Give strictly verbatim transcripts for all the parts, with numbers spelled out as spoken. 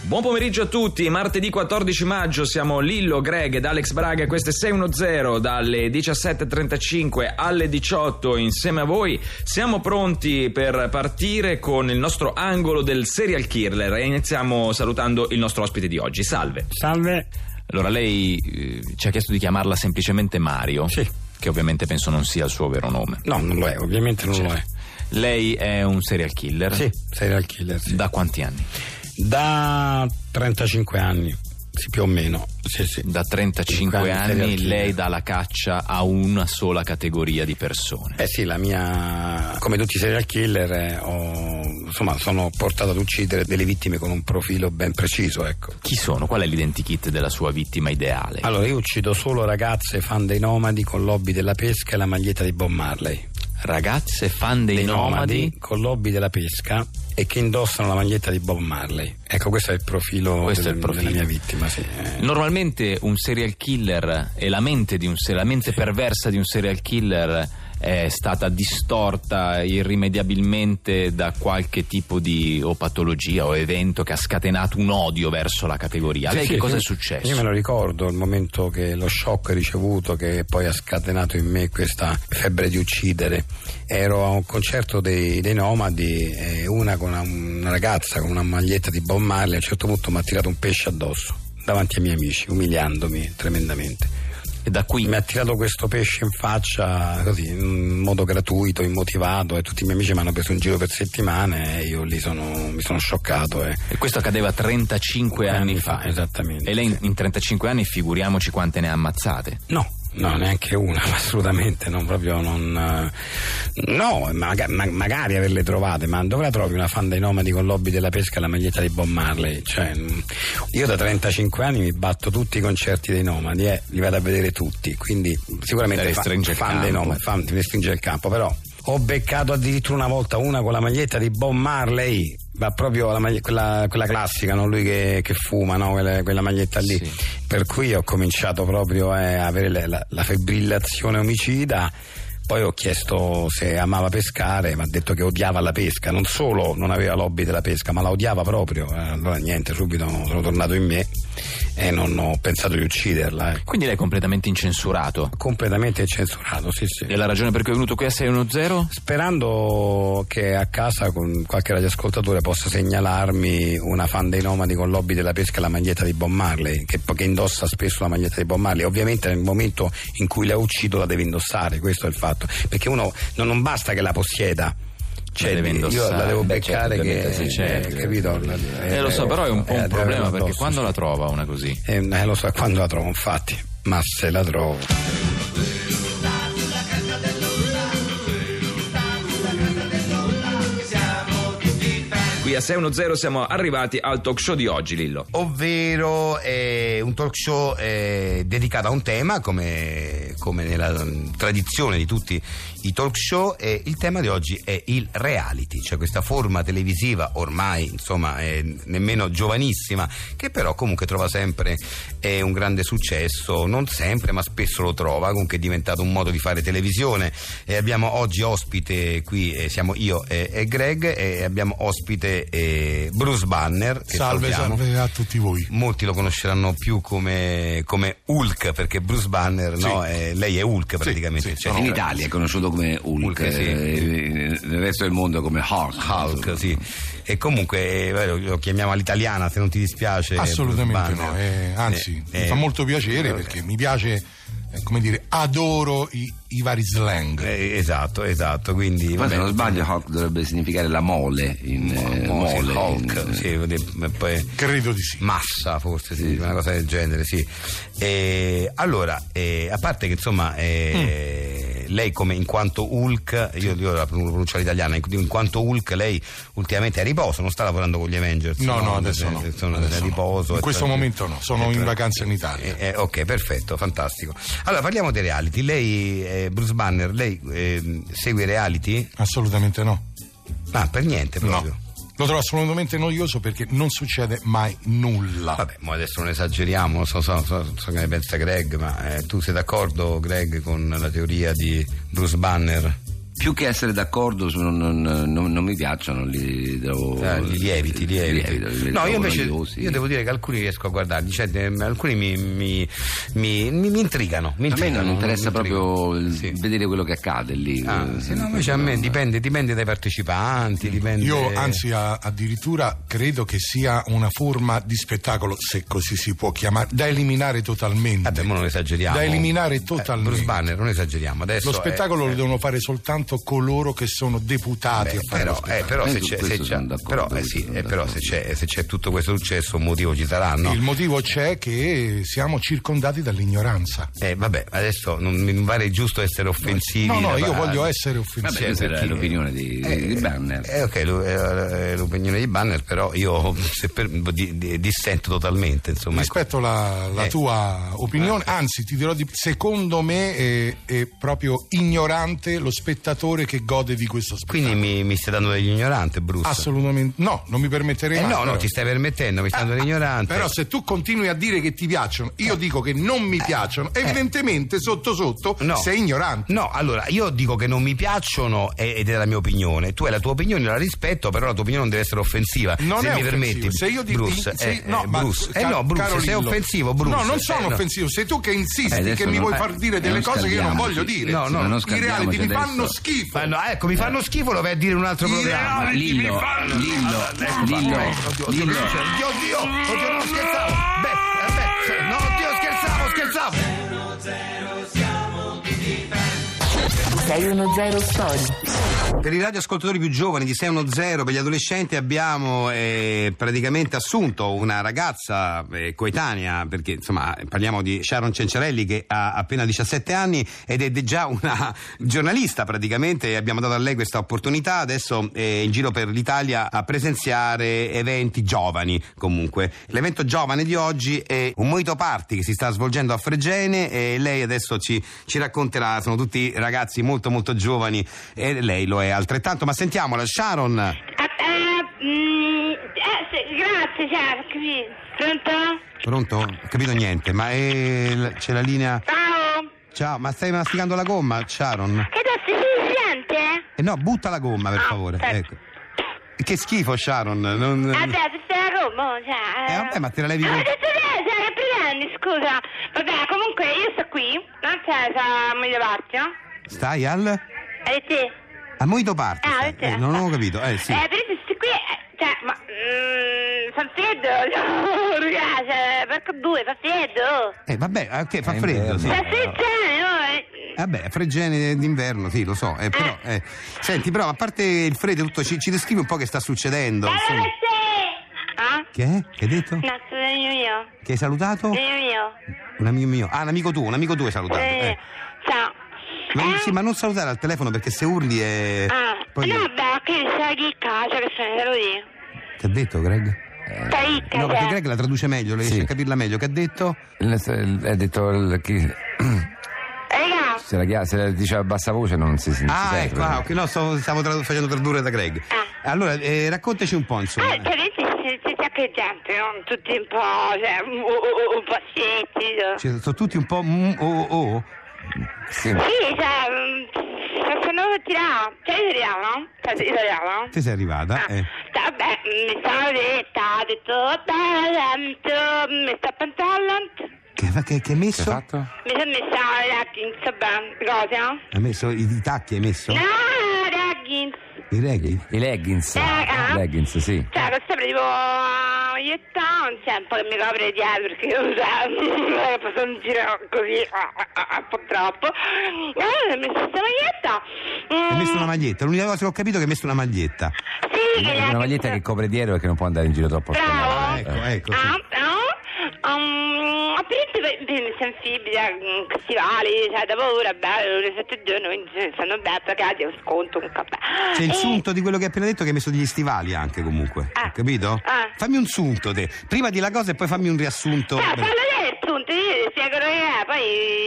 Buon pomeriggio a tutti, martedì quattordici maggio, siamo Lillo, Greg ed Alex Braga, questo è sei uno zero, dalle diciassette e trentacinque alle diciotto insieme a voi. Siamo pronti per partire con il nostro angolo del serial killer e iniziamo salutando il nostro ospite di oggi. Salve. Salve. Allora, lei eh, ci ha chiesto di chiamarla semplicemente Mario. Sì. Che ovviamente penso non sia il suo vero nome. No, non lo è, ovviamente non Certo. lo è. Lei è un serial killer? Sì, serial killer, sì. Da quanti anni? Da trentacinque anni, sì, più o meno. Sì, sì. Da trentacinque anni anni lei dà la caccia a una sola categoria di persone. Eh sì, la mia, come tutti i serial killer, eh, ho, insomma, sono portato ad uccidere delle vittime con un profilo ben preciso, ecco. Chi sono? Qual è l'identikit della sua vittima ideale? Allora, io uccido solo ragazze fan dei nomadi con l'hobby della pesca e la maglietta di Bob Marley. Ragazze fan dei, dei nomadi, nomadi con l'hobby della pesca e che indossano la maglietta di Bob Marley. Ecco, questo è il profilo, Questo del, è il profilo. della mia vittima, sì. Eh. Normalmente un serial killer e la mente di un la mente perversa di un serial killer è stata distorta irrimediabilmente da qualche tipo di o patologia o evento che ha scatenato un odio verso la categoria. A Sì, lei sì, che cosa sì. è successo? Io me lo ricordo, il momento che lo shock ricevuto che poi ha scatenato in me questa febbre di uccidere. Ero a un concerto dei, dei nomadi e una con una, una ragazza con una maglietta di Bob Marley a un certo punto mi ha tirato un pesce addosso davanti ai miei amici, umiliandomi tremendamente. E da qui Mi ha tirato questo pesce in faccia così, in modo gratuito, immotivato, e tutti i miei amici mi hanno preso in giro per settimane e io lì sono, mi sono scioccato. E, e questo accadeva trentacinque anni, anni fa. fa, esattamente. E lei in, sì. in trentacinque anni figuriamoci quante ne ha ammazzate. No. No, neanche una, assolutamente, non proprio non. No, maga, ma, magari averle trovate, ma dove la trovi una fan dei nomadi con l'hobby della pesca e la maglietta di Bob Marley? Cioè, io da trentacinque anni mi batto tutti i concerti dei nomadi, eh, li vado a vedere tutti, quindi sicuramente fa, fan dei nomadi, fan, mi stringe il campo, però ho beccato addirittura una volta una con la maglietta di Bob Marley, ma proprio la maglie- quella, quella classica, no? Lui che, che fuma, no? quella, quella maglietta lì. Sì. Per cui ho cominciato proprio eh, a avere la, la, la fibrillazione omicida. Poi ho chiesto se amava pescare, mi ha detto che odiava la pesca, non solo non aveva l'hobby della pesca, ma la odiava proprio. Eh, allora niente, subito sono tornato in me e non ho pensato di ucciderla. Eh. Quindi lei è completamente incensurato. Completamente censurato, sì sì. E la ragione per cui è venuto qui a sei uno zero? Sperando che a casa con qualche radioascoltatore possa segnalarmi una fan dei nomadi con l'hobby della pesca e la maglietta di Bob Marley, che, che indossa spesso la maglietta di Bob Marley. Ovviamente nel momento in cui la uccido la deve indossare, questo è il fatto. Perché uno non, non basta che la possieda, cioè, deve io la devo beccare. Beh, certo, che sì, certo. eh, capito? Eh, lo so, però è un po' un eh, problema perché addosso, quando sì. la trova una così? Eh, eh, lo so, quando la trovo, infatti, ma se la trovo. Qui a sei uno zero siamo arrivati al talk show di oggi, Lillo. Ovvero è un talk show eh, dedicato a un tema, come, come nella um, tradizione di tutti i talk show, e il tema di oggi è il reality, cioè questa forma televisiva ormai insomma è nemmeno giovanissima, che però comunque trova sempre eh, un grande successo, non sempre ma spesso lo trova, comunque è diventato un modo di fare televisione. E abbiamo oggi ospite qui, eh, siamo io e, e Greg, e abbiamo ospite e Bruce Banner, che salve, salutiamo. salve a tutti voi. Molti lo conosceranno più come, come Hulk, perché Bruce Banner, sì. no, è, lei è Hulk praticamente. Sì, sì, cioè, no, in no, Italia è conosciuto come Hulk, Hulk, sì. eh, nel resto del mondo come Hulk. Hulk, sì. E comunque eh, lo chiamiamo all'italiana, se non ti dispiace. Assolutamente Bruce no, Banner. eh, anzi Eh, mi eh, fa molto piacere, perché mi piace, eh, come dire, adoro i, i vari slang. Eh, esatto, esatto. Quindi, Ma vabbè, se non sbaglio Hulk dovrebbe significare la mole in eh, mo- sì, mole, Hulk, in, sì, vuol dire, poi Credo di sì. massa forse, sì, una cosa del genere, sì. E, allora, eh, a parte che insomma eh, mm. lei come in quanto Hulk, io, io la pronuncio all'italiana, in, in quanto Hulk lei ultimamente è a riposo, non sta lavorando con gli Avengers? No, no, adesso no. Sono Adesso a no. riposo. In questo cioè, momento no, sono eh, in vacanza in Italia. Eh, eh, ok, perfetto, fantastico. Allora parliamo dei reality. Lei, eh, Bruce Banner, lei eh, segue i reality? Assolutamente no. Ah, per niente proprio? No. Lo trovo assolutamente noioso perché non succede mai nulla. Vabbè, ma adesso non esageriamo, so, so, so, so che ne pensa Greg, ma eh, tu sei d'accordo, Greg, con la teoria di Bruce Banner? più che essere d'accordo su, non, non, non, non mi piacciono, li devo ah, li lieviti, li lieviti. lievito, li no, io invece noiosi. io devo dire che alcuni riesco a guardarli, cioè, alcuni mi, mi, mi, mi, mi intrigano, mi intrigano. A me non interessa mi proprio il, sì. vedere quello che accade lì. Ah, sì, no, invece a me dipende, dipende dai partecipanti, dipende... Io anzi a, addirittura credo che sia una forma di spettacolo, se così si può chiamare, da eliminare totalmente. Vabbè, ma non esageriamo. Da eliminare totalmente. Eh, Bruce Banner, non esageriamo. Adesso lo spettacolo è, lo devono fare soltanto coloro che sono deputati beh, a fare però, lo spettacolo. eh, però, se Su c'è, questo se c'è, sono però, d'accordo, eh, sì, sono eh, però se, d'accordo. c'è, se c'è tutto questo successo, un motivo ci sarà, no? Il motivo c'è che siamo circondati dall'ignoranza. Eh, vabbè, adesso non mi pare giusto essere offensivi. No, no, da io parte. voglio essere offensivo. Vabbè, questa era perché- l'opinione di, Eh, di Banner. Eh, ok, lo- eh, l'opinione di Banner, però io se per, di, di, dissento totalmente, insomma. Rispetto alla la Eh. tua opinione, anzi ti dirò di secondo me è, è proprio ignorante lo spettatore che gode di questo spettacolo. Quindi mi, mi stai dando dell'ignorante, Bruce? Assolutamente no, non mi permetterei Eh mai. no, no, però. ti stai permettendo, mi stai dando dell'ignorante. Però se tu continui a dire che ti piacciono, io dico che non mi piacciono, evidentemente sotto sotto No. sei ignorante. No, allora io dico che non mi piacciono e- ed è la mia opinione. Tu hai la tua opinione, la rispetto, però la tua opinione non deve essere offensiva. Non se è mi offensivo. permetti, Se io dico Bruce, se- eh, no, eh, ma- Bruce, eh ca- no, Bruce, caro sei Lillo. offensivo, Bruce. No, non sono Eh, no. offensivo, sei tu che insisti Eh, adesso che mi non- vuoi eh, far dire delle non cose che io non scaldiamoci. voglio dire. No, no, Ma non I reality scaldiamoci mi adesso. fanno schifo. Ma no, ecco, mi fanno schifo, lo vai a dire in un altro I programma. reality mi Lillo, fanno Lillo, Lillo, Oddio, oddio, Lillo. oddio, oddio, oddio, non scherzavo. Beh, eh, beh, no, oddio, scherzavo, scherzavo. sei uno zero Story. Per i radioascoltatori più giovani di sei uno zero, per gli adolescenti, abbiamo eh, praticamente assunto una ragazza eh, coetanea, perché insomma parliamo di Sharon Cenciarelli che ha appena diciassette anni ed è già una giornalista praticamente, e abbiamo dato a lei questa opportunità adesso eh, in giro per l'Italia a presenziare eventi giovani. Comunque l'evento giovane di oggi è un Mojito Party che si sta svolgendo a Fregene e lei adesso ci, ci racconterà, sono tutti ragazzi molto molto giovani e lei lo è altrettanto, ma sentiamola. Sharon. Ah, eh, mm, eh, sì, grazie, cioè, capito. Pronto? Pronto? Ho capito niente, ma è, c'è la linea. Ciao? Ciao, ma stai masticando la gomma, Sharon? Che adesso si sente? Eh no, butta la gomma per Ah, favore. aspetta. Ecco. Che schifo, Sharon. Non... Vabbè, ti stai a Roma, cioè... Eh, vabbè, ma te la levi Ah, con- ho detto te, cioè, che pretendi, scusa. Vabbè, comunque io sto qui, non c'è, c'è Mojito Party, no? Stai al... E te? a Mojito Party. Ah, stai. avete- Eh, non ho capito. Eh, sì. Eh, per esempio, sti qui, eh, cioè, ma... Mmm, fa freddo, no, raga, cioè, perché due, fa freddo. Eh, vabbè, ok, fa È freddo, inverno. sì. Fa freddo, no? Eh, Vabbè, Fregene d'inverno, sì, lo so, eh, però... eh. Senti, però, a parte il freddo e tutto, ci, ci descrivi un po' che sta succedendo? Allora, insomma. te! Ah? Che è? Che hai detto? No, sono io mio. Che hai salutato? Io mio. Un amico mio. Ah, un amico tuo, un amico tuo hai salutato. Eh, Eh. ciao. Ma, Eh? sì, ma non salutare al telefono perché se urli è... Ah, Poi... no, beh, che sei chicca, cioè che sei, te lo dico. Che ha detto, Greg? Stai ricca, No, perché cioè. Greg la traduce meglio, lei riesce Sì. a capirla meglio. Che ha detto? Ha detto il- chi- Raga, se la, chia- se la dice a bassa voce non si sente. Ah, ecco, ah, ok, no, stavo, stavo tradu- facendo tradurre da Greg. Ah. Allora, eh, raccontaci un po', insomma. eh, per esempio, siete anche gente, no? Tutti un po', cioè, un, un, un po' scetti, no? Cioè, sono tutti un po' mm, oh, oh. Sì. Sì, cioè, mm, sono tirata, cioè italiano, cioè italiano. Te sei arrivata, Ah, eh. vabbè, mi sono detta, ho detto, talento, mi sta pantallant. Che, che, che hai Che hai messo? fatto? Mi sono messa la jeans, beh, cosa? Hai messo i, i tacchi, hai messo? No, la jeans. I reggae? I leggings. Eh, ah. Leggings, sì. Cioè, che sempre tipo una maglietta, un tempo che mi copre dietro perché io cioè, posso un giro così ah, ah, un po' troppo. Eh, ho messo questa maglietta. Mm, Hai messo una maglietta? L'unica cosa che ho capito è che hai messo una maglietta. Sì, che Una maglietta che copre dietro e che non può andare in giro troppo. Bravo. Ah, ecco, ecco, sì. Ah, no? Um, a parte per per i anfibidi, eh, stivali, cioè dopo ora bello, le sette giorni, quindi stanno bene pagati, ho sconto un caffè. C'è il E- sunto di quello che hai appena detto che hai messo degli stivali anche comunque. Ah. Hai capito? Ah. Fammi un sunto te. Prima di la cosa e poi fammi un riassunto. Però fallo te, appunto, io ti spiego che è, poi...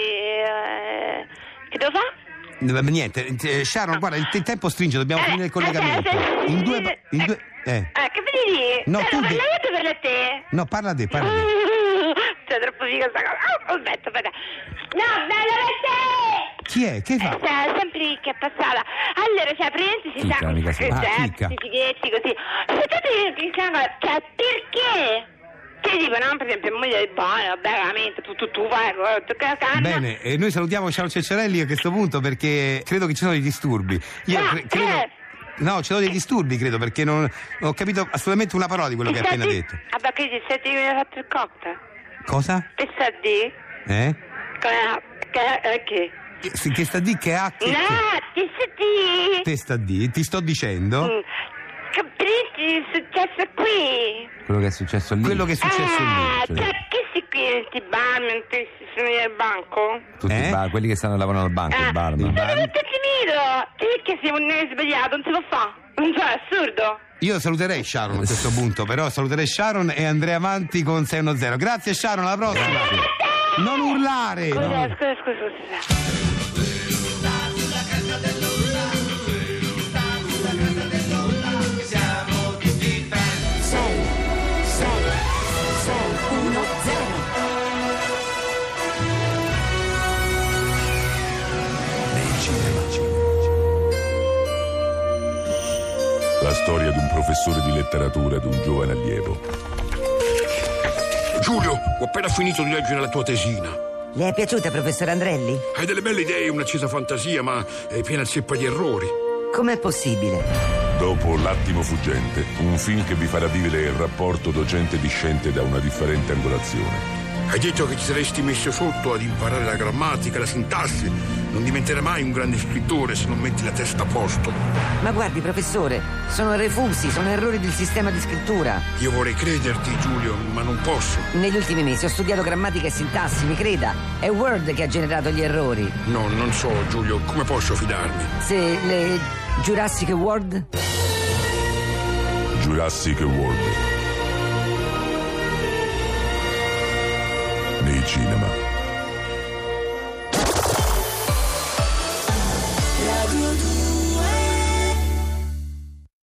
Eh, che devo fare? Eh, Niente, eh, Sharon, guarda, il, il tempo stringe, dobbiamo Eh, finire il eh, collegamento. sì, sì, In sì, due... sì, pa- in eh. due eh. Eh, che mi dici? No, Cioè, tu lo de- parlo io o parlo a te? No, parla te, parla te. Cioè, troppo figa sta cosa. Oh, aspetta, aspetta. No, bello per te! Chi è? Che Eh, fa? cioè, sempre che è passata. Allora, cioè, praticamente si Chicca, sa mica sì. Ah, certi, Chicca. fighetti così. Se tu ti cioè, perché? Che tipo, no? Per esempio, moglie di buono, vabbè, veramente, tu, tu, tu vai, tu, canna. Bene, e noi salutiamo Sharon Ceccarelli a questo punto perché credo che ci sono dei disturbi. Io Ah, cre- credo... eh. No, ci sono dei disturbi, credo, perché non non ho capito assolutamente una parola di quello che ha appena detto. Vabbè, che ti senti che mi hai fatto il cocktail? Cosa? Che sta a di? Eh? Che, che, eh, che? Che, che sta di che ha che... No, ti sta di? Te sta di? Ti sto dicendo Mm. Capisci, è successo qui? Quello che è successo lì. quello che è successo Ah, lì. cioè, che si qui in sti bar mentre si sono al banco? Tutti Eh? i bar, quelli che stanno lavorando al banco, Ah, il barman. il ma bar- tutto finito! Perché siamo noi sbagliato? Non si può fare! Non so, è assurdo! Io saluterei Sharon a questo punto, però saluterei Sharon e andrei avanti con sei uno zero. Grazie Sharon, alla prossima. Non urlare. Scusa, no. scusa, scusa, scusa. sei, sei, sei, uno, zero. La storia di un professore di letteratura ed un giovane allievo. Giulio, ho appena finito di leggere la tua tesina. Le è piaciuta, professor Andrelli? Hai delle belle idee, un'accesa fantasia, ma è piena zeppa di errori. Com'è possibile? Dopo L'attimo fuggente, un film che vi farà vivere il rapporto docente-discente da una differente angolazione. Hai detto che ti saresti messo sotto ad imparare la grammatica, la sintassi. Non diventerai mai un grande scrittore se non metti la testa a posto. Ma guardi, professore, sono refusi, sono errori del sistema di scrittura. Io vorrei crederti, Giulio, ma non posso. Negli ultimi mesi ho studiato grammatica e sintassi, mi creda. È Word che ha generato gli errori. No, non so, Giulio, come posso fidarmi? Se le Jurassic World... Jurassic World. Nei cinema.